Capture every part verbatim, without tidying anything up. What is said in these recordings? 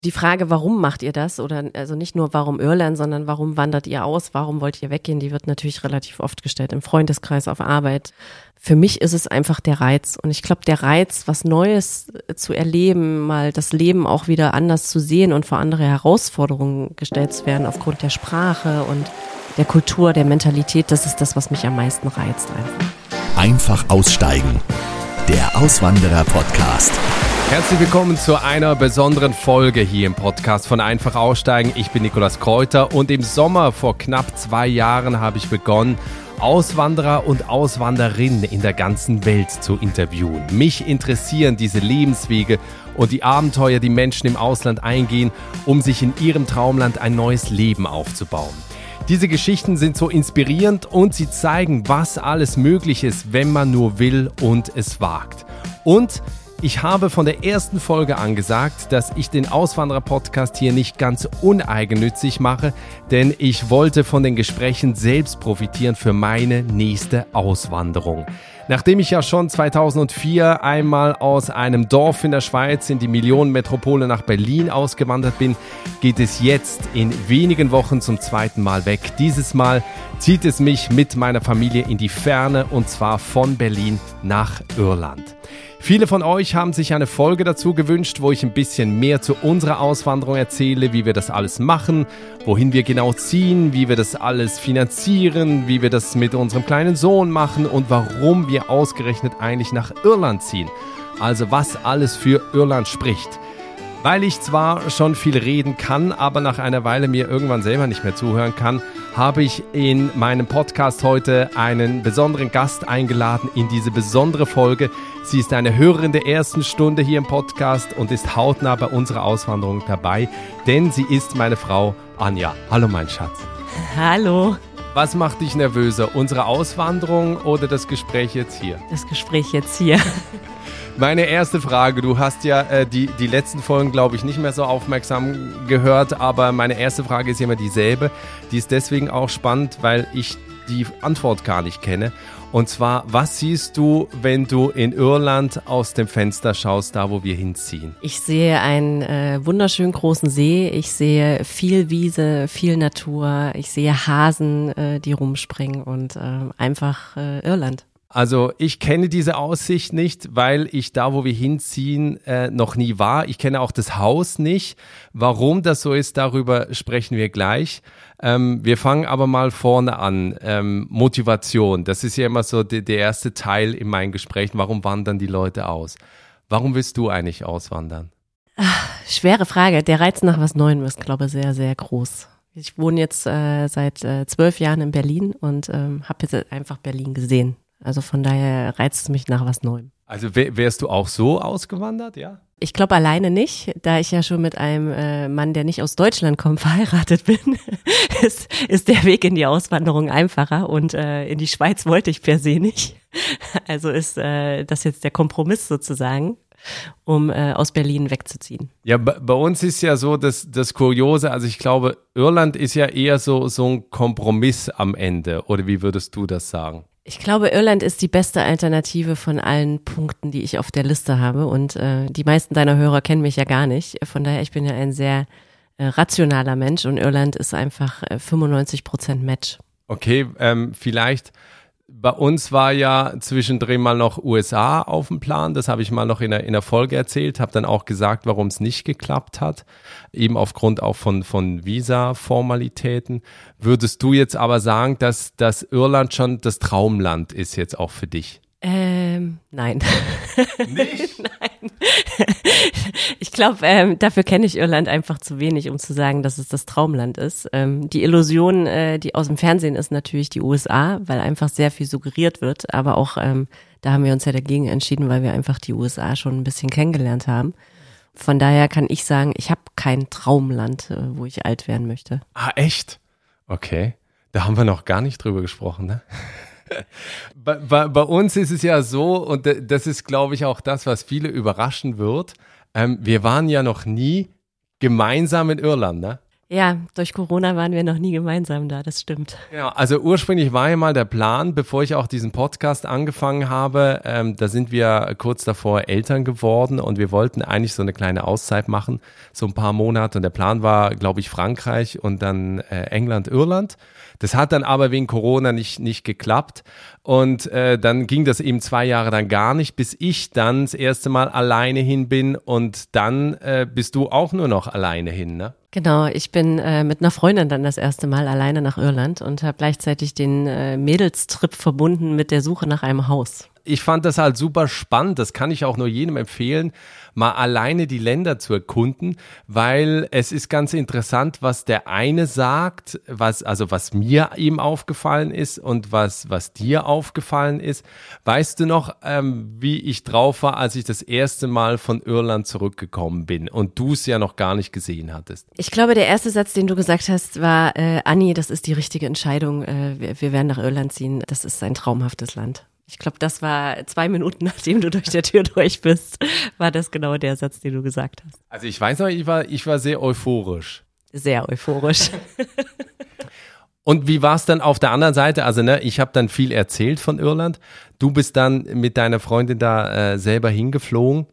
Die Frage, warum macht ihr das? Oder also nicht nur warum Irland, sondern warum wandert ihr aus? Warum wollt ihr weggehen? Die wird natürlich relativ oft gestellt im Freundeskreis, auf Arbeit. Für mich ist es einfach der Reiz. Und ich glaube, der Reiz, was Neues zu erleben, mal das Leben auch wieder anders zu sehen und vor andere Herausforderungen gestellt zu werden aufgrund der Sprache und der Kultur, der Mentalität, das ist das, was mich am meisten reizt einfach. Einfach aussteigen. Der Auswanderer-Podcast. Herzlich willkommen zu einer besonderen Folge hier im Podcast von Einfach aussteigen. Ich bin Nikolaus Kräuter und im Sommer vor knapp zwei Jahren habe ich begonnen, Auswanderer und Auswanderinnen in der ganzen Welt zu interviewen. Mich interessieren diese Lebenswege und die Abenteuer, die Menschen im Ausland eingehen, um sich in ihrem Traumland ein neues Leben aufzubauen. Diese Geschichten sind so inspirierend und sie zeigen, was alles möglich ist, wenn man nur will und es wagt. Und ich habe von der ersten Folge an gesagt, dass ich den Auswanderer-Podcast hier nicht ganz uneigennützig mache, denn ich wollte von den Gesprächen selbst profitieren für meine nächste Auswanderung. Nachdem ich ja schon zweitausendvier einmal aus einem Dorf in der Schweiz in die Millionenmetropole nach Berlin ausgewandert bin, geht es jetzt in wenigen Wochen zum zweiten Mal weg. Dieses Mal zieht es mich mit meiner Familie in die Ferne und zwar von Berlin nach Irland. Viele von euch haben sich eine Folge dazu gewünscht, wo ich ein bisschen mehr zu unserer Auswanderung erzähle, wie wir das alles machen, wohin wir genau ziehen, wie wir das alles finanzieren, wie wir das mit unserem kleinen Sohn machen und warum wir ausgerechnet eigentlich nach Irland ziehen. Also was alles für Irland spricht. Weil ich zwar schon viel reden kann, aber nach einer Weile mir irgendwann selber nicht mehr zuhören kann, habe ich in meinem Podcast heute einen besonderen Gast eingeladen in diese besondere Folge. Sie ist eine Hörerin der ersten Stunde hier im Podcast und ist hautnah bei unserer Auswanderung dabei, denn sie ist meine Frau Anja. Hallo mein Schatz. Hallo. Was macht dich nervöser, unsere Auswanderung oder das Gespräch jetzt hier? Das Gespräch jetzt hier. Meine erste Frage, du hast ja äh, die, die letzten Folgen, glaube ich, nicht mehr so aufmerksam gehört, aber meine erste Frage ist immer dieselbe. Die ist deswegen auch spannend, weil ich die Antwort gar nicht kenne. Und zwar, was siehst du, wenn du in Irland aus dem Fenster schaust, da wo wir hinziehen? Ich sehe einen äh, wunderschönen großen See, ich sehe viel Wiese, viel Natur, ich sehe Hasen, äh, die rumspringen und äh, einfach äh, Irland. Also ich kenne diese Aussicht nicht, weil ich da, wo wir hinziehen, äh, noch nie war. Ich kenne auch das Haus nicht. Warum das so ist, darüber sprechen wir gleich. Ähm, wir fangen aber mal vorne an. Ähm, Motivation, das ist ja immer so die, der erste Teil in meinen Gesprächen. Warum wandern die Leute aus? Warum willst du eigentlich auswandern? Ach, schwere Frage. Der Reiz nach was Neuem ist, glaube ich, sehr, sehr groß. Ich wohne jetzt äh, seit äh, zwölf Jahren in Berlin und ähm, habe jetzt einfach Berlin gesehen. Also von daher reizt es mich nach was Neuem. Also wärst du auch so ausgewandert, ja? Ich glaube alleine nicht, da ich ja schon mit einem äh, Mann, der nicht aus Deutschland kommt, verheiratet bin, ist, ist der Weg in die Auswanderung einfacher und äh, in die Schweiz wollte ich per se nicht. Also ist äh, das jetzt der Kompromiss sozusagen, um äh, aus Berlin wegzuziehen. Ja, bei, bei uns ist ja so das, das Kuriose, also ich glaube, Irland ist ja eher so, so ein Kompromiss am Ende, oder wie würdest du das sagen? Ich glaube, Irland ist die beste Alternative von allen Punkten, die ich auf der Liste habe und äh, die meisten deiner Hörer kennen mich ja gar nicht. Von daher, ich bin ja ein sehr äh, rationaler Mensch und Irland ist einfach äh, fünfundneunzig Prozent Match. Okay, ähm, vielleicht, bei uns war ja zwischendrin mal noch U S A auf dem Plan, das habe ich mal noch in der, in der Folge erzählt, habe dann auch gesagt, warum es nicht geklappt hat, eben aufgrund auch von, von Visa-Formalitäten. Würdest du jetzt aber sagen, dass, dass Irland schon das Traumland ist jetzt auch für dich? Ähm, nein. Nicht? Nein. Ich glaube, ähm, dafür kenne ich Irland einfach zu wenig, um zu sagen, dass es das Traumland ist. Ähm, die Illusion, äh, die aus dem Fernsehen ist natürlich die U S A, weil einfach sehr viel suggeriert wird. Aber auch ähm, da haben wir uns ja dagegen entschieden, weil wir einfach die U S A schon ein bisschen kennengelernt haben. Von daher kann ich sagen, ich habe kein Traumland, äh, wo ich alt werden möchte. Ah, echt? Okay. Da haben wir noch gar nicht drüber gesprochen, ne? Bei, bei, bei uns ist es ja so, und das ist, glaube ich, auch das, was viele überraschen wird. Ähm, wir waren ja noch nie gemeinsam in Irland, ne? Ja, durch Corona waren wir noch nie gemeinsam da, das stimmt. Ja, also ursprünglich war ja mal der Plan, bevor ich auch diesen Podcast angefangen habe, ähm, da sind wir kurz davor Eltern geworden und wir wollten eigentlich so eine kleine Auszeit machen, so ein paar Monate. Und der Plan war, glaube ich, Frankreich und dann äh, England, Irland. Das hat dann aber wegen Corona nicht, nicht geklappt und äh, dann ging das eben zwei Jahre dann gar nicht, bis ich dann das erste Mal alleine hin bin und dann äh, bist du auch nur noch alleine hin, ne? Genau, ich bin äh, mit einer Freundin dann das erste Mal alleine nach Irland und habe gleichzeitig den äh, Mädelstrip verbunden mit der Suche nach einem Haus. Ich fand das halt super spannend, das kann ich auch nur jedem empfehlen, mal alleine die Länder zu erkunden, weil es ist ganz interessant, was der eine sagt, was also was mir eben aufgefallen ist und was was dir aufgefallen ist. Weißt du noch, ähm, wie ich drauf war, als ich das erste Mal von Irland zurückgekommen bin und du es ja noch gar nicht gesehen hattest? Ich glaube, der erste Satz, den du gesagt hast, war, äh, Anni, das ist die richtige Entscheidung, äh, wir, wir werden nach Irland ziehen, das ist ein traumhaftes Land. Ich glaube, das war zwei Minuten, nachdem du durch der Tür durch bist, war das genau der Satz, den du gesagt hast. Also ich weiß noch, ich war, ich war sehr euphorisch. Sehr euphorisch. Und wie war es dann auf der anderen Seite? Also ne, ich habe dann viel erzählt von Irland. Du bist dann mit deiner Freundin da äh, selber hingeflogen.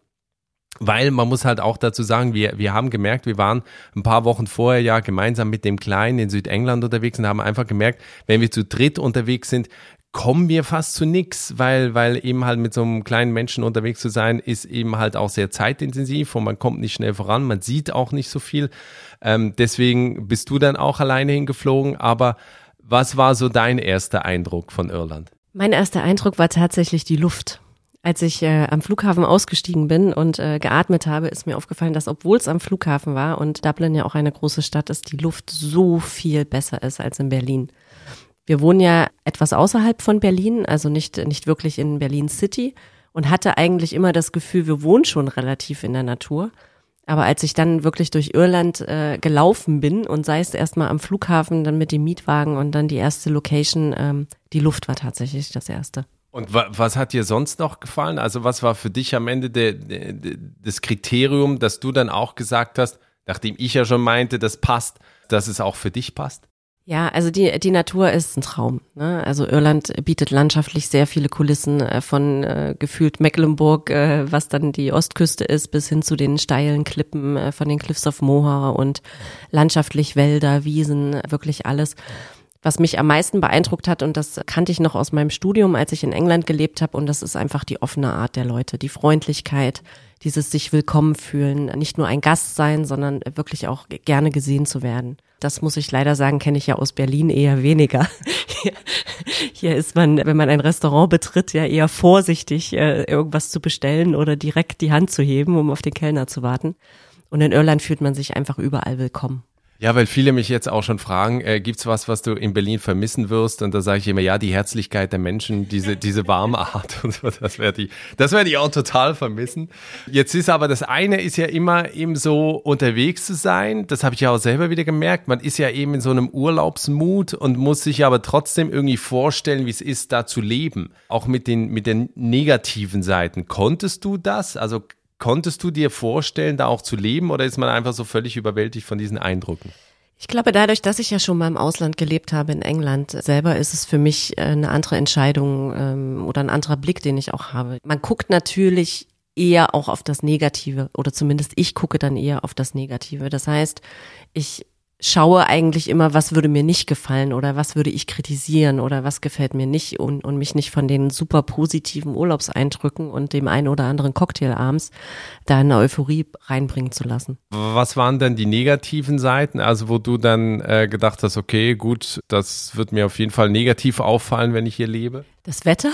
Weil man muss halt auch dazu sagen, wir, wir haben gemerkt, wir waren ein paar Wochen vorher ja gemeinsam mit dem Kleinen in Südengland unterwegs und haben einfach gemerkt, wenn wir zu dritt unterwegs sind, kommen wir fast zu nix, weil, weil eben halt mit so einem kleinen Menschen unterwegs zu sein, ist eben halt auch sehr zeitintensiv und man kommt nicht schnell voran, man sieht auch nicht so viel. Ähm, deswegen bist du dann auch alleine hingeflogen, aber was war so dein erster Eindruck von Irland? Mein erster Eindruck war tatsächlich die Luft. Als ich äh, am Flughafen ausgestiegen bin und äh, geatmet habe, ist mir aufgefallen, dass obwohl es am Flughafen war und Dublin ja auch eine große Stadt ist, die Luft so viel besser ist als in Berlin. Wir wohnen ja etwas außerhalb von Berlin, also nicht, nicht wirklich in Berlin City und hatte eigentlich immer das Gefühl, wir wohnen schon relativ in der Natur. Aber als ich dann wirklich durch Irland äh, gelaufen bin und sei es erstmal am Flughafen, dann mit dem Mietwagen und dann die erste Location, ähm, die Luft war tatsächlich das Erste. Und wa- was hat dir sonst noch gefallen? Also was war für dich am Ende de, de, de, das Kriterium, dass du dann auch gesagt hast, nachdem ich ja schon meinte, das passt, dass es auch für dich passt? Ja, also die die Natur ist ein Traum, ne? Also Irland bietet landschaftlich sehr viele Kulissen äh, von äh, gefühlt Mecklenburg, äh, was dann die Ostküste ist, bis hin zu den steilen Klippen äh, von den Cliffs of Moher und landschaftlich Wälder, Wiesen, wirklich alles. Was mich am meisten beeindruckt hat, und das kannte ich noch aus meinem Studium, als ich in England gelebt habe, und das ist einfach die offene Art der Leute, die Freundlichkeit, dieses sich willkommen fühlen, nicht nur ein Gast sein, sondern wirklich auch gerne gesehen zu werden. Das muss ich leider sagen, kenne ich ja aus Berlin eher weniger. Hier, hier ist man, wenn man ein Restaurant betritt, ja eher vorsichtig, irgendwas zu bestellen oder direkt die Hand zu heben, um auf den Kellner zu warten. Und in Irland fühlt man sich einfach überall willkommen. Ja, weil viele mich jetzt auch schon fragen, äh, gibt's was, was du in Berlin vermissen wirst? Und da sage ich immer, ja, die Herzlichkeit der Menschen, diese diese warme Art und so, das werde ich, das werde ich auch total vermissen. Jetzt ist aber das eine ist ja immer eben so unterwegs zu sein. Das habe ich ja auch selber wieder gemerkt. Man ist ja eben in so einem Urlaubsmut und muss sich aber trotzdem irgendwie vorstellen, wie es ist, da zu leben. Auch mit den mit den negativen Seiten. Konntest du das? Also Konntest du dir vorstellen, da auch zu leben, oder ist man einfach so völlig überwältigt von diesen Eindrücken? Ich glaube, dadurch, dass ich ja schon mal im Ausland gelebt habe, in England selber, ist es für mich eine andere Entscheidung ähm, oder ein anderer Blick, den ich auch habe. Man guckt natürlich eher auch auf das Negative, oder zumindest ich gucke dann eher auf das Negative. Das heißt, ich schaue eigentlich immer, was würde mir nicht gefallen oder was würde ich kritisieren oder was gefällt mir nicht, und, und mich nicht von den super positiven Urlaubseindrücken und dem einen oder anderen Cocktail abends da eine Euphorie reinbringen zu lassen. Was waren denn die negativen Seiten, also wo du dann äh, gedacht hast, okay, gut, das wird mir auf jeden Fall negativ auffallen, wenn ich hier lebe? Das Wetter?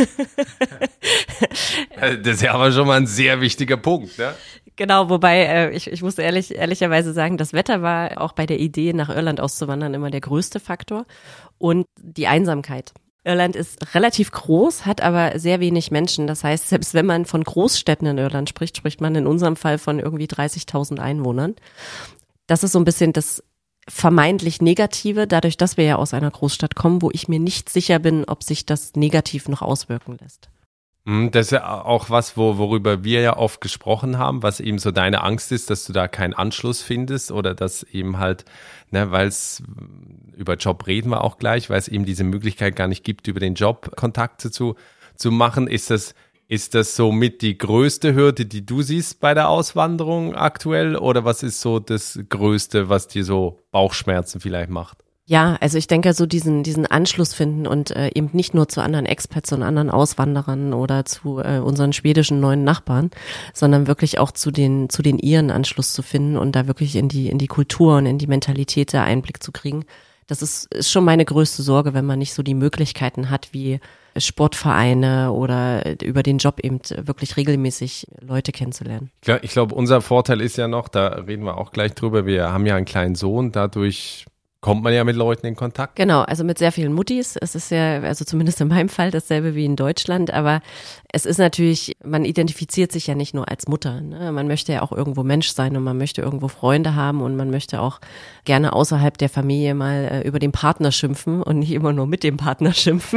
Das ist ja aber schon mal ein sehr wichtiger Punkt, ne? Genau, wobei äh, ich, ich muss ehrlich ehrlicherweise sagen, das Wetter war auch bei der Idee, nach Irland auszuwandern, immer der größte Faktor, und die Einsamkeit. Irland ist relativ groß, hat aber sehr wenig Menschen. Das heißt, selbst wenn man von Großstädten in Irland spricht, spricht man in unserem Fall von irgendwie dreißigtausend Einwohnern. Das ist so ein bisschen das vermeintlich Negative, dadurch, dass wir ja aus einer Großstadt kommen, wo ich mir nicht sicher bin, ob sich das negativ noch auswirken lässt. Das ist ja auch was, wo, worüber wir ja oft gesprochen haben, was eben so deine Angst ist, dass du da keinen Anschluss findest oder dass eben halt, ne, weil es, über Job reden wir auch gleich, weil es eben diese Möglichkeit gar nicht gibt, über den Job Kontakte zu, zu machen. Ist das, ist das so mit die größte Hürde, die du siehst bei der Auswanderung aktuell, oder was ist so das Größte, was dir so Bauchschmerzen vielleicht macht? Ja, also ich denke, so diesen diesen Anschluss finden und äh, eben nicht nur zu anderen Expats und anderen Auswanderern oder zu äh, unseren schwedischen neuen Nachbarn, sondern wirklich auch zu den zu den ihren Anschluss zu finden und da wirklich in die in die Kultur und in die Mentalität da Einblick zu kriegen. Das ist ist schon meine größte Sorge, wenn man nicht so die Möglichkeiten hat wie Sportvereine oder über den Job eben wirklich regelmäßig Leute kennenzulernen. Ich glaube, unser Vorteil ist ja noch, da reden wir auch gleich drüber, wir haben ja einen kleinen Sohn, dadurch kommt man ja mit Leuten in Kontakt. Genau, also mit sehr vielen Muttis. Es ist ja, also zumindest in meinem Fall, dasselbe wie in Deutschland. Aber es ist natürlich, man identifiziert sich ja nicht nur als Mutter. Ne? Man möchte ja auch irgendwo Mensch sein und man möchte irgendwo Freunde haben und man möchte auch gerne außerhalb der Familie mal äh, über den Partner schimpfen und nicht immer nur mit dem Partner schimpfen.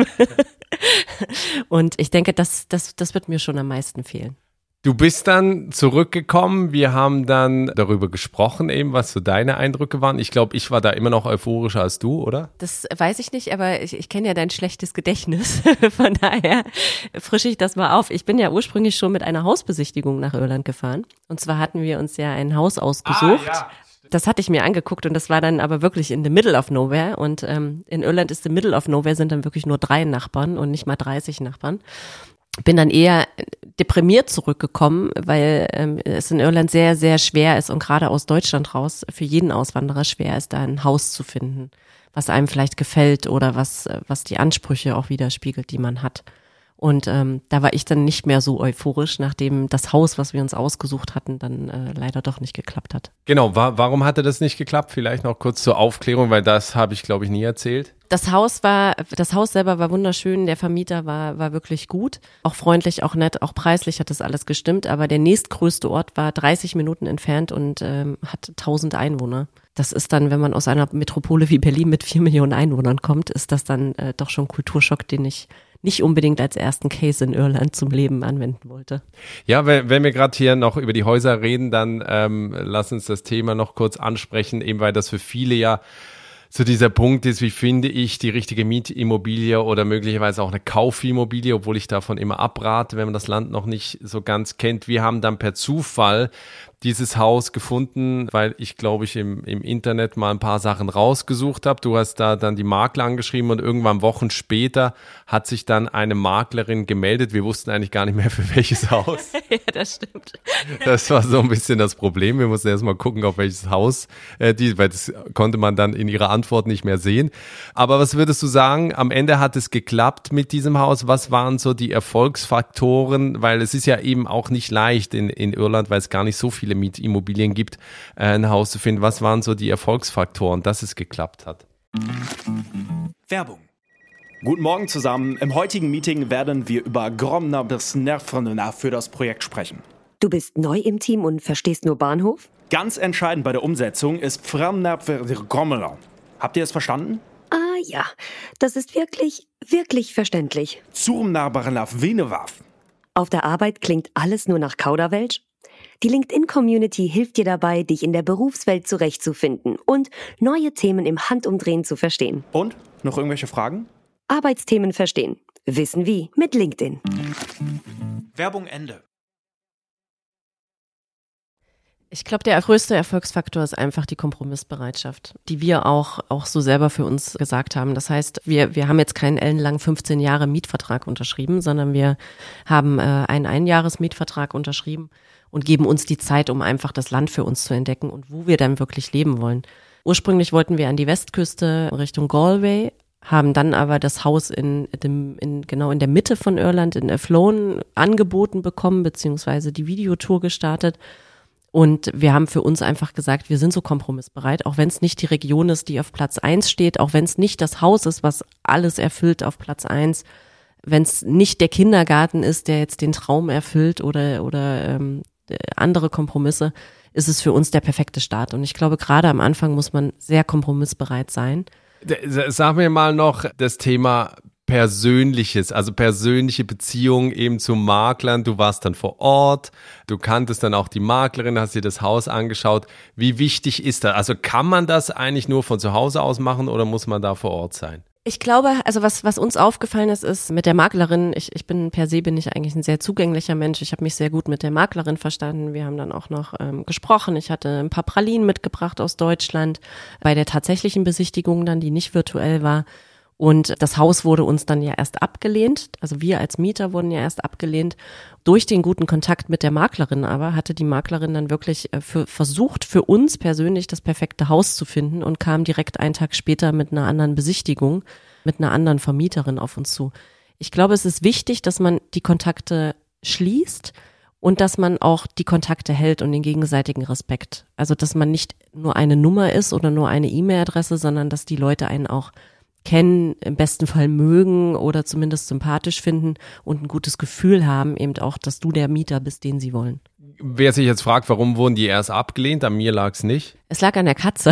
Und ich denke, das, das, das wird mir schon am meisten fehlen. Du bist dann zurückgekommen, wir haben dann darüber gesprochen eben, was so deine Eindrücke waren. Ich glaube, ich war da immer noch euphorischer als du, oder? Das weiß ich nicht, aber ich, ich kenne ja dein schlechtes Gedächtnis. Von daher frische ich das mal auf. Ich bin ja ursprünglich schon mit einer Hausbesichtigung nach Irland gefahren. Und zwar hatten wir uns ja ein Haus ausgesucht. Ah, ja. Das hatte ich mir angeguckt und das war dann aber wirklich in the middle of nowhere. Und ähm, in Irland ist the middle of nowhere sind dann wirklich nur drei Nachbarn und nicht mal dreißig Nachbarn. Bin dann eher deprimiert zurückgekommen, weil ähm, es in Irland sehr, sehr schwer ist und gerade aus Deutschland raus für jeden Auswanderer schwer ist, da ein Haus zu finden, was einem vielleicht gefällt oder was was die Ansprüche auch widerspiegelt, die man hat. Und ähm, da war ich dann nicht mehr so euphorisch, nachdem das Haus, was wir uns ausgesucht hatten, dann äh, leider doch nicht geklappt hat. Genau, wa- warum hatte das nicht geklappt? Vielleicht noch kurz zur Aufklärung, weil das habe ich, glaube ich, nie erzählt. Das Haus war, das Haus selber war wunderschön, der Vermieter war war wirklich gut, auch freundlich, auch nett, auch preislich hat das alles gestimmt, aber der nächstgrößte Ort war dreißig Minuten entfernt und ähm, hat tausend Einwohner. Das ist dann, wenn man aus einer Metropole wie Berlin mit vier Millionen Einwohnern kommt, ist das dann äh, doch schon ein Kulturschock, den ich nicht unbedingt als ersten Case in Irland zum Leben anwenden wollte. Ja, wenn, wenn wir gerade hier noch über die Häuser reden, dann ähm, lass uns das Thema noch kurz ansprechen, eben weil das für viele ja so dieser Punkt ist, wie finde ich die richtige Mietimmobilie oder möglicherweise auch eine Kaufimmobilie, obwohl ich davon immer abrate, wenn man das Land noch nicht so ganz kennt. Wir haben dann per Zufall dieses Haus gefunden, weil ich, glaube ich, im, im Internet mal ein paar Sachen rausgesucht habe. Du hast da dann die Makler angeschrieben und irgendwann Wochen später hat sich dann eine Maklerin gemeldet. Wir wussten eigentlich gar nicht mehr, für welches Haus. Ja, das stimmt. Das war so ein bisschen das Problem. Wir mussten erst mal gucken, auf welches Haus äh, die, weil das konnte man dann in ihrer Antwort nicht mehr sehen. Aber was würdest du sagen? Am Ende hat es geklappt mit diesem Haus. Was waren so die Erfolgsfaktoren? Weil es ist ja eben auch nicht leicht in, in Irland, weil es gar nicht so viele Mietimmobilien gibt, ein Haus zu finden. Was waren so die Erfolgsfaktoren, dass es geklappt hat? Werbung. Guten Morgen zusammen. Im heutigen Meeting werden wir über Gromna bis Nervrenna für das Projekt sprechen. Du bist neu im Team und verstehst nur Bahnhof? Ganz entscheidend bei der Umsetzung ist Gromna. Habt ihr es verstanden? Ah ja, das ist wirklich, wirklich verständlich. Zurmnarbarnaf Venewaf. Auf der Arbeit klingt alles nur nach Kauderwelsch? Die LinkedIn-Community hilft dir dabei, dich in der Berufswelt zurechtzufinden und neue Themen im Handumdrehen zu verstehen. Und? Noch irgendwelche Fragen? Arbeitsthemen verstehen. Wissen wie mit LinkedIn. Werbung Ende. Ich glaube, der größte Erfolgsfaktor ist einfach die Kompromissbereitschaft, die wir auch auch so selber für uns gesagt haben. Das heißt, wir wir haben jetzt keinen ellenlangen fünfzehn Jahre Mietvertrag unterschrieben, sondern wir haben äh, einen Einjahres-Mietvertrag unterschrieben und geben uns die Zeit, um einfach das Land für uns zu entdecken und wo wir dann wirklich leben wollen. Ursprünglich wollten wir an die Westküste Richtung Galway, haben dann aber das Haus in dem in genau in der Mitte von Irland in Athlone angeboten bekommen, beziehungsweise die Videotour gestartet. Und wir haben für uns einfach gesagt, wir sind so kompromissbereit, auch wenn es nicht die Region ist, die auf Platz eins steht, auch wenn es nicht das Haus ist, was alles erfüllt auf Platz eins, wenn es nicht der Kindergarten ist, der jetzt den Traum erfüllt oder oder ähm, andere Kompromisse, ist es für uns der perfekte Start. Und ich glaube, gerade am Anfang muss man sehr kompromissbereit sein. Sag mir mal noch das Thema Persönliches, also persönliche Beziehungen eben zu Maklern. Du warst dann vor Ort, du kanntest dann auch die Maklerin, hast dir das Haus angeschaut. Wie wichtig ist das? Also kann man das eigentlich nur von zu Hause aus machen oder muss man da vor Ort sein? Ich glaube, also was was uns aufgefallen ist, ist mit der Maklerin, ich ich bin per se bin ich eigentlich ein sehr zugänglicher Mensch. Ich habe mich sehr gut mit der Maklerin verstanden. Wir haben dann auch noch ähm, gesprochen. Ich hatte ein paar Pralinen mitgebracht aus Deutschland bei der tatsächlichen Besichtigung dann, die nicht virtuell war. Und das Haus wurde uns dann ja erst abgelehnt, also wir als Mieter wurden ja erst abgelehnt. Durch den guten Kontakt mit der Maklerin aber hatte die Maklerin dann wirklich für, versucht, für uns persönlich das perfekte Haus zu finden und kam direkt einen Tag später mit einer anderen Besichtigung, mit einer anderen Vermieterin auf uns zu. Ich glaube, es ist wichtig, dass man die Kontakte schließt und dass man auch die Kontakte hält und den gegenseitigen Respekt. Also, dass man nicht nur eine Nummer ist oder nur eine E-Mail-Adresse, sondern dass die Leute einen auch kennen, im besten Fall mögen oder zumindest sympathisch finden und ein gutes Gefühl haben, eben auch, dass du der Mieter bist, den sie wollen. Wer sich jetzt fragt, warum wurden die erst abgelehnt, an mir lag es nicht. Es lag an der Katze.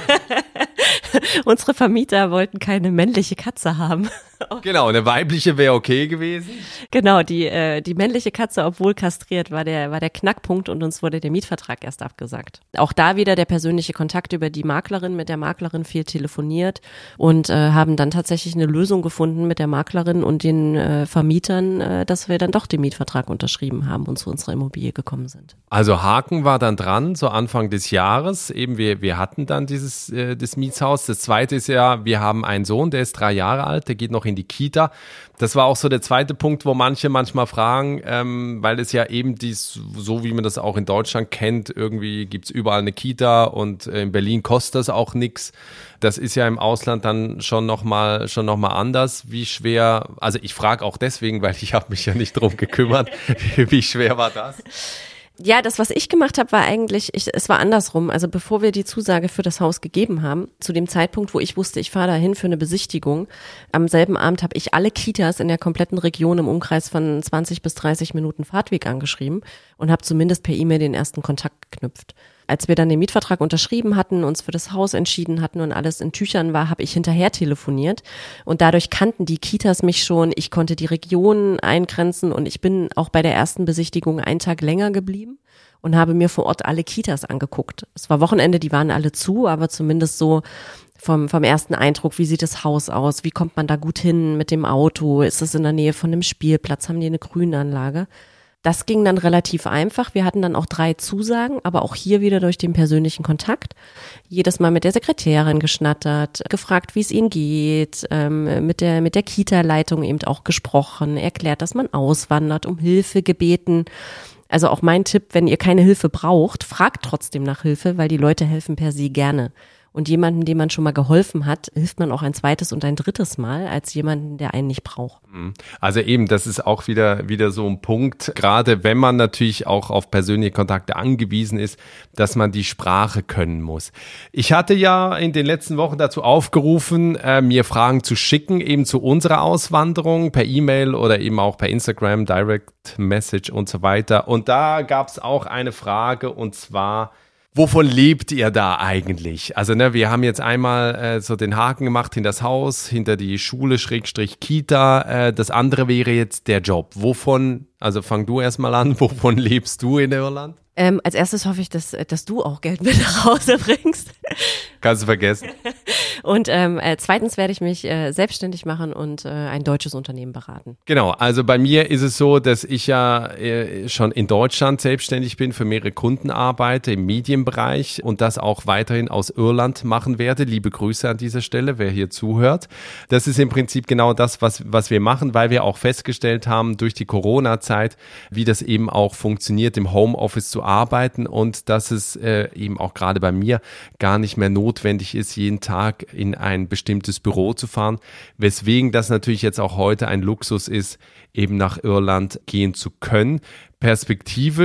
Unsere Vermieter wollten keine männliche Katze haben. Genau, eine weibliche wäre okay gewesen. Genau, die äh, die männliche Katze, obwohl kastriert, war der war der Knackpunkt und uns wurde der Mietvertrag erst abgesagt. Auch da wieder der persönliche Kontakt über die Maklerin, mit der Maklerin viel telefoniert und äh, haben dann tatsächlich eine Lösung gefunden mit der Maklerin und den äh, Vermietern, äh, dass wir dann doch den Mietvertrag unterschrieben haben und zu unserer Immobilie gekommen sind. Also Haken war dann dran, so Anfang des Jahres. Eben wir wir hatten dann dieses äh, das Mietshaus. Das zweite ist ja, wir haben einen Sohn, der ist drei Jahre alt, der geht noch in die Kita. Das war auch so der zweite Punkt, wo manche manchmal fragen, ähm, weil es ja eben dies, so wie man das auch in Deutschland kennt, irgendwie gibt's überall eine Kita und in Berlin kostet das auch nichts. Das ist ja im Ausland dann schon nochmal schon noch mal anders. Wie schwer, also ich frage auch deswegen, weil ich habe mich ja nicht drum gekümmert, wie schwer war das? Ja, das, was ich gemacht habe, war eigentlich, ich, es war andersrum. Also bevor wir die Zusage für das Haus gegeben haben, zu dem Zeitpunkt, wo ich wusste, ich fahre dahin für eine Besichtigung, am selben Abend habe ich alle Kitas in der kompletten Region im Umkreis von zwanzig bis dreißig Minuten Fahrtweg angeschrieben und habe zumindest per E-Mail den ersten Kontakt geknüpft. Als wir dann den Mietvertrag unterschrieben hatten, uns für das Haus entschieden hatten und alles in Tüchern war, habe ich hinterher telefoniert und dadurch kannten die Kitas mich schon. Ich konnte die Region eingrenzen und ich bin auch bei der ersten Besichtigung einen Tag länger geblieben und habe mir vor Ort alle Kitas angeguckt. Es war Wochenende, die waren alle zu, aber zumindest so vom, vom ersten Eindruck, wie sieht das Haus aus, wie kommt man da gut hin mit dem Auto, ist es in der Nähe von einem Spielplatz, haben die eine Grünanlage? Das ging dann relativ einfach. Wir hatten dann auch drei Zusagen, aber auch hier wieder durch den persönlichen Kontakt. Jedes Mal mit der Sekretärin geschnattert, gefragt, wie es ihnen geht, ähm, mit der mit der Kita-Leitung eben auch gesprochen, erklärt, dass man auswandert, um Hilfe gebeten. Also auch mein Tipp, wenn ihr keine Hilfe braucht, fragt trotzdem nach Hilfe, weil die Leute helfen per se gerne. Und jemandem, dem man schon mal geholfen hat, hilft man auch ein zweites und ein drittes Mal als jemanden, der einen nicht braucht. Also eben, das ist auch wieder wieder so ein Punkt, gerade wenn man natürlich auch auf persönliche Kontakte angewiesen ist, dass man die Sprache können muss. Ich hatte ja in den letzten Wochen dazu aufgerufen, äh, mir Fragen zu schicken, eben zu unserer Auswanderung, per E-Mail oder eben auch per Instagram, Direct Message und so weiter. Und da gab es auch eine Frage und zwar: Wovon lebt ihr da eigentlich? Also ne, wir haben jetzt einmal äh, so den Haken gemacht hinter das Haus, hinter die Schule, Schrägstrich Kita. Äh, das andere wäre jetzt der Job. Wovon, also fang du erstmal an, wovon lebst du in Irland? Ähm, als erstes hoffe ich, dass, dass du auch Geld mit nach Hause bringst. Kannst du vergessen. Und ähm, äh, zweitens werde ich mich äh, selbstständig machen und äh, ein deutsches Unternehmen beraten. Genau, also bei mir ist es so, dass ich ja äh, schon in Deutschland selbstständig bin, für mehrere Kunden arbeite im Medienbereich und das auch weiterhin aus Irland machen werde. Liebe Grüße an dieser Stelle, wer hier zuhört. Das ist im Prinzip genau das, was, was wir machen, weil wir auch festgestellt haben durch die Corona-Zeit, wie das eben auch funktioniert, im Homeoffice zu arbeiten und dass es äh, eben auch gerade bei mir gar nicht mehr notwendig ist, jeden Tag in ein bestimmtes Büro zu fahren, weswegen das natürlich jetzt auch heute ein Luxus ist, eben nach Irland gehen zu können. Perspektivisch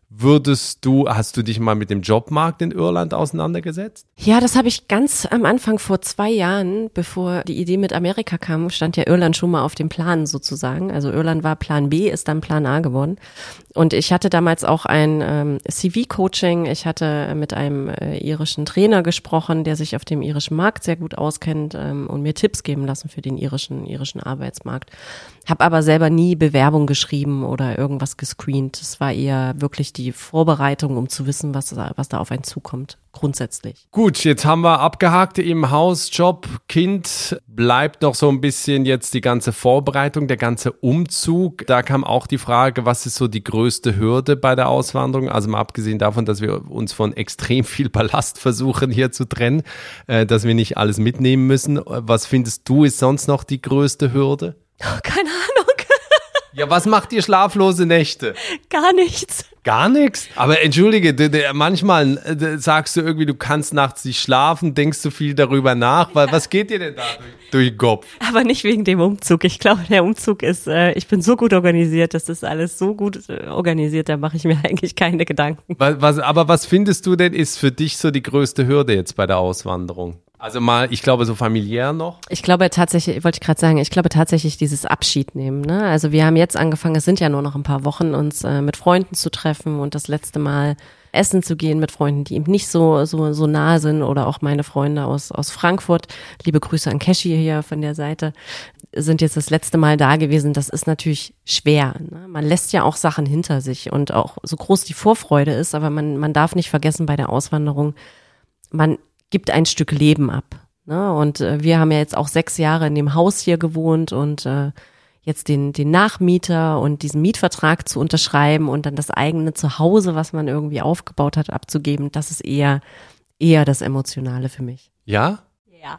würdest du, hast du dich mal mit dem Jobmarkt in Irland auseinandergesetzt? Ja, das habe ich ganz am Anfang vor zwei Jahren, bevor die Idee mit Amerika kam, stand ja Irland schon mal auf dem Plan sozusagen. Also Irland war Plan B, ist dann Plan A geworden. Und ich hatte damals auch ein ähm, C V-Coaching. Ich hatte mit einem äh, irischen Trainer gesprochen, der sich auf dem irischen Markt sehr gut auskennt ähm, und mir Tipps geben lassen für den irischen irischen Arbeitsmarkt. Hab aber selber nie Bewerbung geschrieben oder irgendwas gescreent. Es war eher wirklich die Vorbereitung, um zu wissen, was, was da auf einen zukommt, grundsätzlich. Gut, jetzt haben wir abgehakt im Haus, Job, Kind. Bleibt noch so ein bisschen jetzt die ganze Vorbereitung, der ganze Umzug. Da kam auch die Frage, was ist so die größte Hürde bei der Auswanderung? Also mal abgesehen davon, dass wir uns von extrem viel Ballast versuchen hier zu trennen, äh, dass wir nicht alles mitnehmen müssen. Was findest du ist sonst noch die größte Hürde? Oh, keine Ahnung. Ja, was macht ihr schlaflose Nächte? Gar nichts. Gar nichts? Aber entschuldige, d- d- manchmal d- sagst du irgendwie, du kannst nachts nicht schlafen, denkst du viel darüber nach. Was, was geht dir denn da durch, durch den Kopf? Aber nicht wegen dem Umzug. Ich glaube, der Umzug ist, äh, ich bin so gut organisiert, das ist alles so gut äh, organisiert, da mache ich mir eigentlich keine Gedanken. Was, was, aber was findest du denn, ist für dich so die größte Hürde jetzt bei der Auswanderung? Also mal, ich glaube, so familiär noch? Ich glaube tatsächlich, wollte ich gerade sagen, ich glaube tatsächlich dieses Abschied nehmen. Ne? Also wir haben jetzt angefangen, es sind ja nur noch ein paar Wochen, uns äh, mit Freunden zu treffen und das letzte Mal essen zu gehen mit Freunden, die eben nicht so so so nah sind oder auch meine Freunde aus aus Frankfurt. Liebe Grüße an Keshi hier von der Seite. Sind jetzt das letzte Mal da gewesen. Das ist natürlich schwer. Ne? Man lässt ja auch Sachen hinter sich und auch so groß die Vorfreude ist, aber man man darf nicht vergessen bei der Auswanderung, man gibt ein Stück Leben ab. Ne? Und äh, wir haben ja jetzt auch sechs Jahre in dem Haus hier gewohnt und äh, jetzt den den Nachmieter und diesen Mietvertrag zu unterschreiben und dann das eigene Zuhause, was man irgendwie aufgebaut hat, abzugeben, das ist eher eher das Emotionale für mich. Ja? Ja.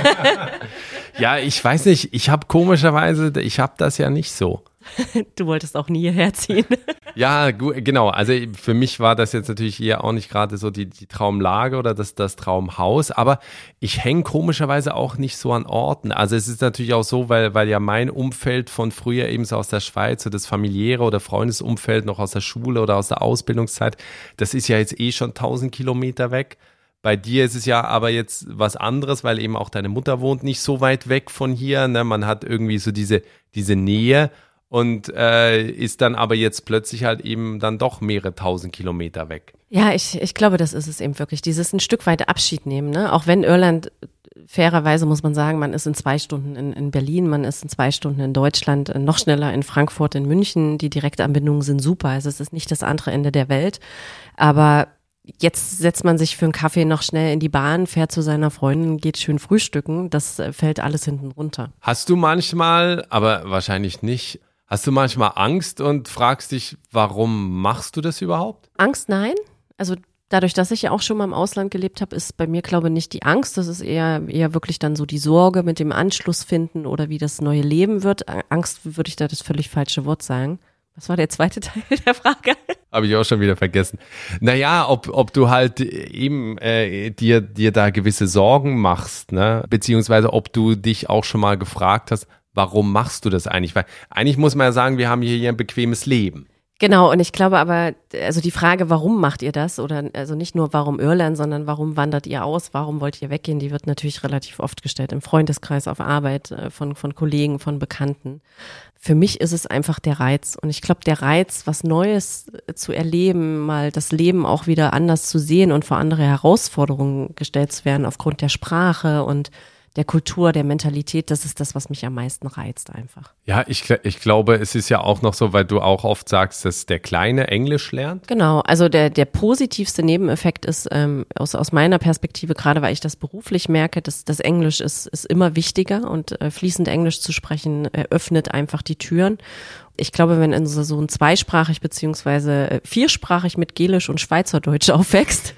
Ja, ich weiß nicht, ich habe komischerweise, ich habe das ja nicht so. Du wolltest auch nie hierher ziehen. Ja, gu- genau. Also für mich war das jetzt natürlich hier auch nicht gerade so die, die Traumlage oder das, das Traumhaus, aber ich hänge komischerweise auch nicht so an Orten. Also es ist natürlich auch so, weil, weil ja mein Umfeld von früher eben so aus der Schweiz, so das familiäre oder Freundesumfeld noch aus der Schule oder aus der Ausbildungszeit, das ist ja jetzt eh schon tausend Kilometer weg. Bei dir ist es ja aber jetzt was anderes, weil eben auch deine Mutter wohnt nicht so weit weg von hier. Ne? Man hat irgendwie so diese, diese Nähe. Und äh, ist dann aber jetzt plötzlich halt eben dann doch mehrere tausend Kilometer weg. Ja, ich, ich glaube, das ist es eben wirklich, dieses ein Stück weit Abschied nehmen. Ne? Auch wenn Irland, fairerweise muss man sagen, man ist in zwei Stunden in, in Berlin, man ist in zwei Stunden in Deutschland, noch schneller in Frankfurt, in München. Die Direktanbindungen sind super, also es ist nicht das andere Ende der Welt. Aber jetzt setzt man sich für einen Kaffee noch schnell in die Bahn, fährt zu seiner Freundin, geht schön frühstücken. Das fällt alles hinten runter. Hast du manchmal, aber wahrscheinlich nicht, hast du manchmal Angst und fragst dich, warum machst du das überhaupt? Angst, nein. Also dadurch, dass ich ja auch schon mal im Ausland gelebt habe, ist bei mir, glaube ich, nicht die Angst. Das ist eher, eher wirklich dann so die Sorge mit dem Anschluss finden oder wie das neue Leben wird. Angst würde ich da das völlig falsche Wort sagen. Was war der zweite Teil der Frage? Habe ich auch schon wieder vergessen. Naja, ob, ob du halt eben äh, dir, dir da gewisse Sorgen machst, ne? Beziehungsweise ob du dich auch schon mal gefragt hast, warum machst du das eigentlich? Weil eigentlich muss man ja sagen, wir haben hier ein bequemes Leben. Genau, und ich glaube aber, also die Frage, warum macht ihr das? Oder also nicht nur warum Irland, sondern warum wandert ihr aus? Warum wollt ihr weggehen? Die wird natürlich relativ oft gestellt, im Freundeskreis, auf Arbeit, von, von Kollegen, von Bekannten. Für mich ist es einfach der Reiz. Und ich glaube, der Reiz, was Neues zu erleben, mal das Leben auch wieder anders zu sehen und vor andere Herausforderungen gestellt zu werden aufgrund der Sprache und der Kultur, der Mentalität, das ist das, was mich am meisten reizt einfach. Ja, ich, ich glaube, es ist ja auch noch so, weil du auch oft sagst, dass der Kleine Englisch lernt. Genau, also der der positivste Nebeneffekt ist ähm, aus aus meiner Perspektive, gerade weil ich das beruflich merke, dass das Englisch ist ist immer wichtiger und äh, fließend Englisch zu sprechen eröffnet einfach die Türen. Ich glaube, wenn in so, so ein zweisprachig beziehungsweise viersprachig mit Gälisch und Schweizerdeutsch aufwächst,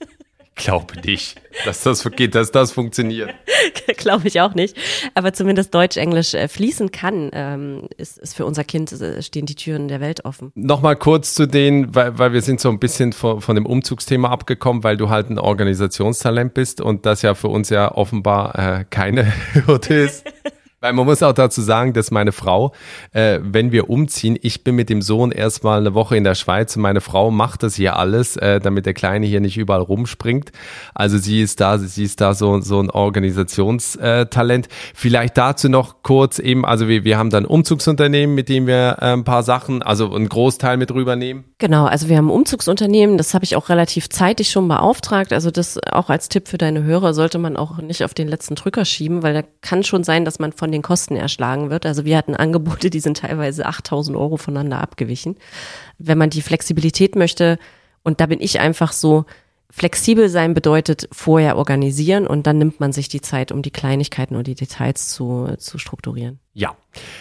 glaube nicht, dass das geht, dass das funktioniert. Glaube ich auch nicht. Aber zumindest Deutsch-Englisch äh, fließen kann, ähm, ist, ist für unser Kind, äh, stehen die Türen der Welt offen. Nochmal kurz zu denen, weil, weil wir sind so ein bisschen von, von dem Umzugsthema abgekommen, weil du halt ein Organisationstalent bist und das ja für uns ja offenbar äh, keine Hürde ist. Weil man muss auch dazu sagen, dass meine Frau, äh, wenn wir umziehen, ich bin mit dem Sohn erstmal eine Woche in der Schweiz und meine Frau macht das hier alles, äh, damit der Kleine hier nicht überall rumspringt. Also sie ist da, sie ist da so, so ein Organisationstalent. Vielleicht dazu noch kurz eben, also wir, wir haben dann ein Umzugsunternehmen, mit dem wir äh, ein paar Sachen, also einen Großteil mit rübernehmen. Genau, also wir haben ein Umzugsunternehmen, das habe ich auch relativ zeitig schon beauftragt. Also das auch als Tipp für deine Hörer sollte man auch nicht auf den letzten Drücker schieben, weil da kann schon sein, dass man von den Kosten erschlagen wird. Also wir hatten Angebote, die sind teilweise achttausend Euro voneinander abgewichen. Wenn man die Flexibilität möchte, und da bin ich einfach so, flexibel sein bedeutet vorher organisieren und dann nimmt man sich die Zeit, um die Kleinigkeiten und die Details zu, zu strukturieren. Ja,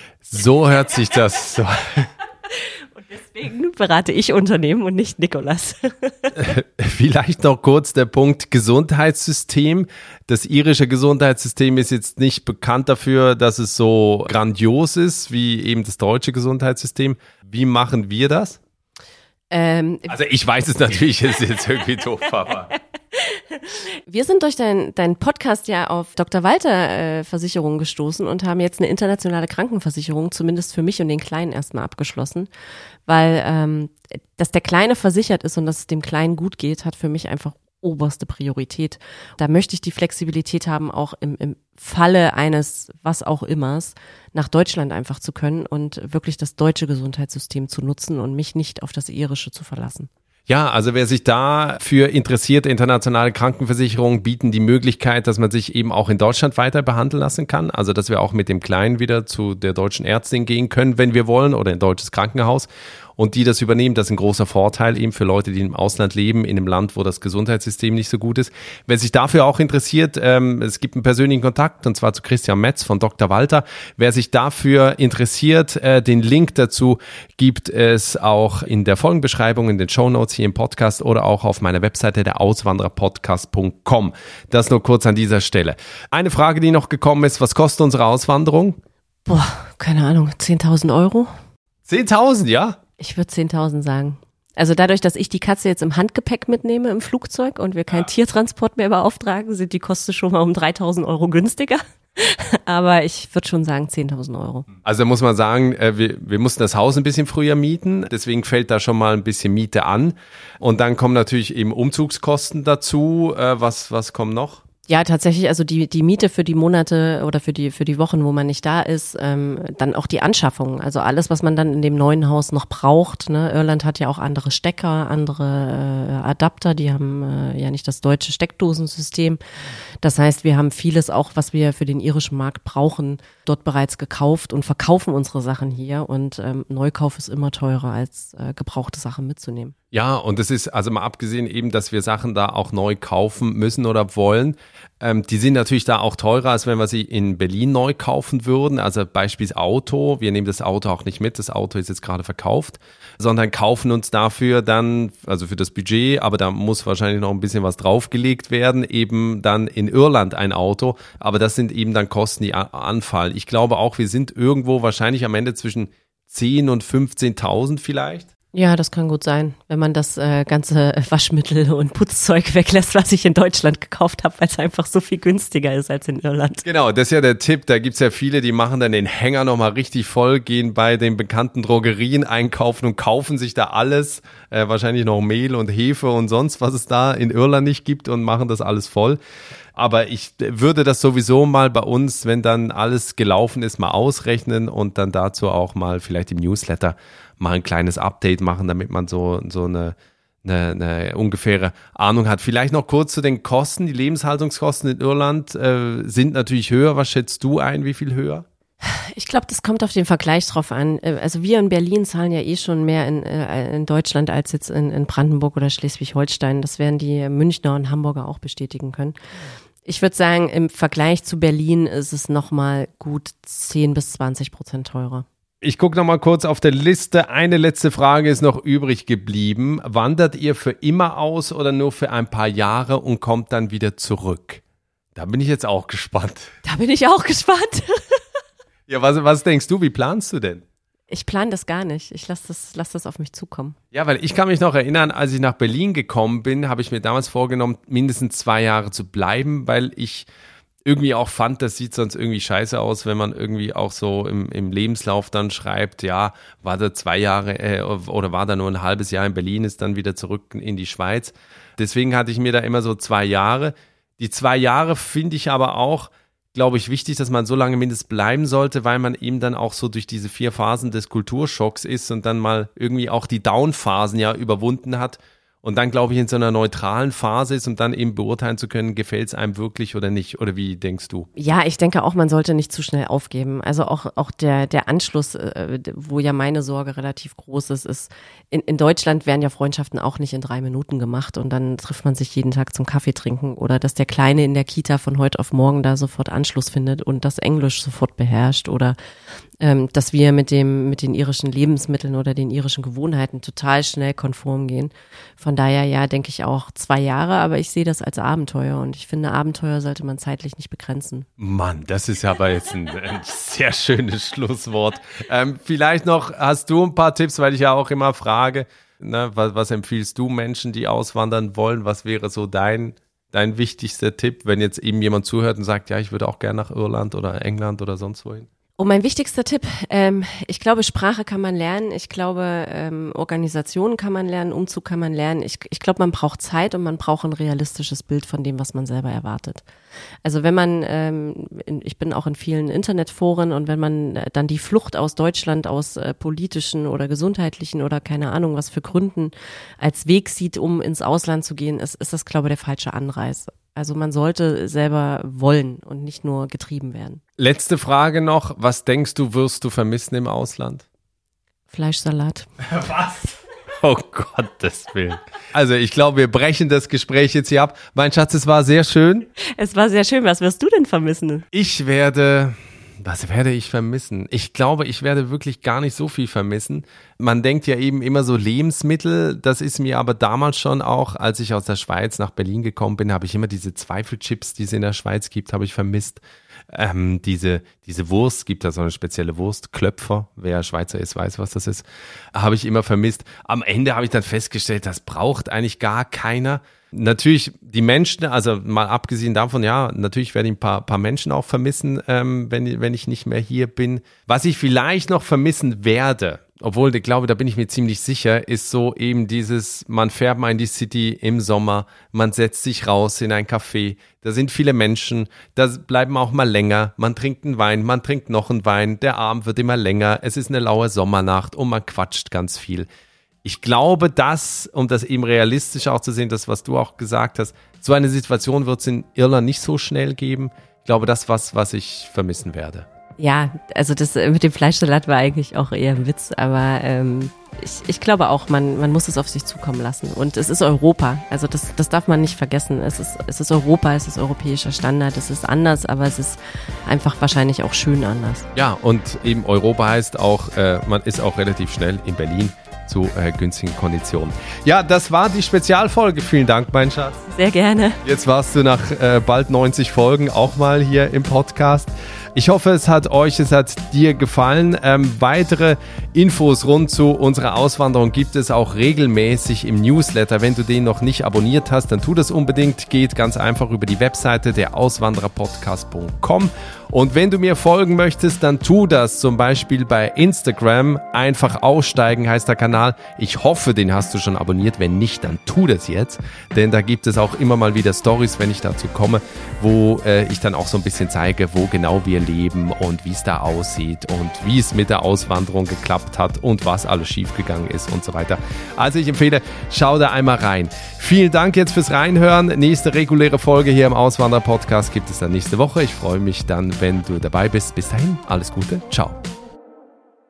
so hört sich das so. Und deswegen berate ich Unternehmen und nicht Nikolas. Vielleicht noch kurz der Punkt Gesundheitssystem. Das irische Gesundheitssystem ist jetzt nicht bekannt dafür, dass es so grandios ist wie eben das deutsche Gesundheitssystem. Wie machen wir das? Ähm, also ich weiß es natürlich, ist jetzt irgendwie doof, aber... Wir sind durch deinen dein Podcast ja auf Doktor Walter äh, Versicherung gestoßen und haben jetzt eine internationale Krankenversicherung, zumindest für mich und den Kleinen erstmal abgeschlossen, weil ähm, dass der Kleine versichert ist und dass es dem Kleinen gut geht, hat für mich einfach oberste Priorität. Da möchte ich die Flexibilität haben, auch im, im Falle eines was auch immers nach Deutschland einfach zu können und wirklich das deutsche Gesundheitssystem zu nutzen und mich nicht auf das irische zu verlassen. Ja, also wer sich dafür interessiert, internationale Krankenversicherungen bieten die Möglichkeit, dass man sich eben auch in Deutschland weiter behandeln lassen kann. Also dass wir auch mit dem Kleinen wieder zu der deutschen Ärztin gehen können, wenn wir wollen, oder in ein deutsches Krankenhaus. Und die das übernehmen, das ist ein großer Vorteil eben für Leute, die im Ausland leben, in einem Land, wo das Gesundheitssystem nicht so gut ist. Wer sich dafür auch interessiert, ähm, es gibt einen persönlichen Kontakt, und zwar zu Christian Metz von Doktor Walter. Wer sich dafür interessiert, äh, den Link dazu gibt es auch in der Folgenbeschreibung, in den Shownotes hier im Podcast oder auch auf meiner Webseite der auswandererpodcast punkt com. Das nur kurz an dieser Stelle. Eine Frage, die noch gekommen ist, was kostet unsere Auswanderung? Boah, keine Ahnung, zehntausend Euro? zehntausend, ja? Ich würde zehntausend sagen. Also dadurch, dass ich die Katze jetzt im Handgepäck mitnehme im Flugzeug und wir keinen ja. Tiertransport mehr beauftragen, sind die Kosten schon mal um dreitausend Euro günstiger. Aber ich würde schon sagen zehntausend Euro. Also da muss man sagen, wir, wir mussten das Haus ein bisschen früher mieten, deswegen fällt da schon mal ein bisschen Miete an. Und dann kommen natürlich eben Umzugskosten dazu. Was, was kommt noch? Ja, tatsächlich, also die die Miete für die Monate oder für die für die Wochen, wo man nicht da ist, ähm, dann auch die Anschaffung, also alles, was man dann in dem neuen Haus noch braucht. Ne? Irland hat ja auch andere Stecker, andere äh, Adapter, die haben äh, ja nicht das deutsche Steckdosensystem. Das heißt, wir haben vieles auch, was wir für den irischen Markt brauchen, dort bereits gekauft und verkaufen unsere Sachen hier. Und ähm, Neukauf ist immer teurer, als äh, gebrauchte Sachen mitzunehmen. Ja, und es ist, also mal abgesehen eben, dass wir Sachen da auch neu kaufen müssen oder wollen, ähm, die sind natürlich da auch teurer, als wenn wir sie in Berlin neu kaufen würden. Also Beispiel Auto, wir nehmen das Auto auch nicht mit, das Auto ist jetzt gerade verkauft, sondern kaufen uns dafür dann, also für das Budget, aber da muss wahrscheinlich noch ein bisschen was draufgelegt werden, eben dann in Irland ein Auto, aber das sind eben dann Kosten, die anfallen. Ich glaube auch, wir sind irgendwo wahrscheinlich am Ende zwischen zehn und fünfzehntausend vielleicht. Ja, das kann gut sein, wenn man das äh, ganze Waschmittel und Putzzeug weglässt, was ich in Deutschland gekauft habe, weil es einfach so viel günstiger ist als in Irland. Genau, das ist ja der Tipp. Da gibt's ja viele, die machen dann den Hänger nochmal richtig voll, gehen bei den bekannten Drogerien einkaufen und kaufen sich da alles, äh, wahrscheinlich noch Mehl und Hefe und sonst, was es da in Irland nicht gibt, und machen das alles voll. Aber ich würde das sowieso mal bei uns, wenn dann alles gelaufen ist, mal ausrechnen und dann dazu auch mal vielleicht im Newsletter mal ein kleines Update machen, damit man so, so eine, eine, eine ungefähre Ahnung hat. Vielleicht noch kurz zu den Kosten. Die Lebenshaltungskosten in Irland äh, sind natürlich höher. Was schätzt du ein? Wie viel höher? Ich glaube, das kommt auf den Vergleich drauf an. Also wir in Berlin zahlen ja eh schon mehr in, in Deutschland als jetzt in, in Brandenburg oder Schleswig-Holstein. Das werden die Münchner und Hamburger auch bestätigen können. Ich würde sagen, im Vergleich zu Berlin ist es nochmal gut zehn bis zwanzig Prozent teurer. Ich gucke nochmal kurz auf der Liste. Eine letzte Frage ist noch übrig geblieben. Wandert ihr für immer aus oder nur für ein paar Jahre und kommt dann wieder zurück? Da bin ich jetzt auch gespannt. Da bin ich auch gespannt. Ja, was, was denkst du, wie planst du denn? Ich plane das gar nicht. Ich lasse das, lass das auf mich zukommen. Ja, weil ich kann mich noch erinnern, als ich nach Berlin gekommen bin, habe ich mir damals vorgenommen, mindestens zwei Jahre zu bleiben, weil ich irgendwie auch fand, das sieht sonst irgendwie scheiße aus, wenn man irgendwie auch so im, im Lebenslauf dann schreibt, ja, war da zwei Jahre äh, oder war da nur ein halbes Jahr in Berlin, ist dann wieder zurück in die Schweiz. Deswegen hatte ich mir da immer so zwei Jahre. Die zwei Jahre finde ich aber auch, glaube ich, wichtig, dass man so lange mindestens bleiben sollte, weil man eben dann auch so durch diese vier Phasen des Kulturschocks ist und dann mal irgendwie auch die Down-Phasen ja überwunden hat. Und dann, glaube ich, in so einer neutralen Phase ist, um dann eben beurteilen zu können, gefällt es einem wirklich oder nicht? Oder wie denkst du? Ja, ich denke auch, man sollte nicht zu schnell aufgeben. Also auch, auch der, der Anschluss, äh, wo ja meine Sorge relativ groß ist, ist, in, in Deutschland werden ja Freundschaften auch nicht in drei Minuten gemacht und dann trifft man sich jeden Tag zum Kaffee trinken oder dass der Kleine in der Kita von heute auf morgen da sofort Anschluss findet und das Englisch sofort beherrscht oder ähm, dass wir mit dem, mit den irischen Lebensmitteln oder den irischen Gewohnheiten total schnell konform gehen. Von daher, ja, denke ich auch zwei Jahre, aber ich sehe das als Abenteuer und ich finde, Abenteuer sollte man zeitlich nicht begrenzen. Mann, das ist aber jetzt ein, ein sehr schönes Schlusswort. Ähm, vielleicht noch, hast du ein paar Tipps, weil ich ja auch immer frage, ne, was, was empfiehlst du Menschen, die auswandern wollen? Was wäre so dein, dein wichtigster Tipp, wenn jetzt eben jemand zuhört und sagt, ja, ich würde auch gerne nach Irland oder England oder sonst wohin? Oh, mein wichtigster Tipp, ähm, ich glaube, Sprache kann man lernen, ich glaube, ähm, Organisation kann man lernen, Umzug kann man lernen. Ich, ich glaube, man braucht Zeit und man braucht ein realistisches Bild von dem, was man selber erwartet. Also wenn man, ähm, in, ich bin auch in vielen Internetforen und wenn man dann die Flucht aus Deutschland aus äh, politischen oder gesundheitlichen oder keine Ahnung was für Gründen als Weg sieht, um ins Ausland zu gehen, ist, ist das, glaube ich, der falsche Anreiz. Also man sollte selber wollen und nicht nur getrieben werden. Letzte Frage noch. Was denkst du, wirst du vermissen im Ausland? Fleischsalat. Was? Oh Gottes Willen. Also ich glaube, wir brechen das Gespräch jetzt hier ab. Mein Schatz, es war sehr schön. Es war sehr schön. Was wirst du denn vermissen? Ich werde... Was werde ich vermissen? Ich glaube, ich werde wirklich gar nicht so viel vermissen. Man denkt ja eben immer so Lebensmittel. Das ist mir aber damals schon auch, als ich aus der Schweiz nach Berlin gekommen bin, habe ich immer diese Zweifelchips, die es in der Schweiz gibt, habe ich vermisst. Ähm, diese, diese Wurst, gibt da so eine spezielle Wurst, Klöpfer, wer Schweizer ist, weiß, was das ist, habe ich immer vermisst. Am Ende habe ich dann festgestellt, das braucht eigentlich gar keiner. Natürlich die Menschen, also mal abgesehen davon, ja, natürlich werde ich ein paar, paar Menschen auch vermissen, ähm, wenn, wenn ich nicht mehr hier bin. Was ich vielleicht noch vermissen werde, obwohl ich glaube, da bin ich mir ziemlich sicher, ist so eben dieses, man fährt mal in die City im Sommer, man setzt sich raus in ein Café, da sind viele Menschen, da bleiben auch mal länger, man trinkt einen Wein, man trinkt noch einen Wein, der Abend wird immer länger, es ist eine laue Sommernacht und man quatscht ganz viel. Ich glaube, dass, um das eben realistisch auch zu sehen, das, was du auch gesagt hast, so eine Situation wird es in Irland nicht so schnell geben. Ich glaube, das ist was, was ich vermissen werde. Ja, also das mit dem Fleischsalat war eigentlich auch eher ein Witz, aber ähm, ich, ich glaube auch, man, man muss es auf sich zukommen lassen. Und es ist Europa, also das, das darf man nicht vergessen. Es ist, es ist Europa, es ist europäischer Standard, es ist anders, aber es ist einfach wahrscheinlich auch schön anders. Ja, und eben Europa heißt auch, äh, man ist auch relativ schnell in Berlin zu äh, günstigen Konditionen. Ja, das war die Spezialfolge. Vielen Dank, mein Schatz. Sehr gerne. Jetzt warst du nach äh, bald neunzig Folgen auch mal hier im Podcast. Ich hoffe, es hat euch, es hat dir gefallen. Ähm, weitere Infos rund zu unserer Auswanderung gibt es auch regelmäßig im Newsletter. Wenn du den noch nicht abonniert hast, dann tu das unbedingt. Geht ganz einfach über die Webseite der auswandererpodcast punkt com. Und wenn du mir folgen möchtest, dann tu das zum Beispiel bei Instagram. Einfach aussteigen heißt der Kanal. Ich hoffe, den hast du schon abonniert. Wenn nicht, dann tu das jetzt. Denn da gibt es auch immer mal wieder Stories, wenn ich dazu komme, wo äh, ich dann auch so ein bisschen zeige, wo genau wir leben und wie es da aussieht und wie es mit der Auswanderung geklappt hat und was alles schiefgegangen ist und so weiter. Also ich empfehle, schau da einmal rein. Vielen Dank jetzt fürs Reinhören. Nächste reguläre Folge hier im Auswanderer-Podcast gibt es dann nächste Woche. Ich freue mich dann, wenn du dabei bist. Bis dahin, alles Gute. Ciao.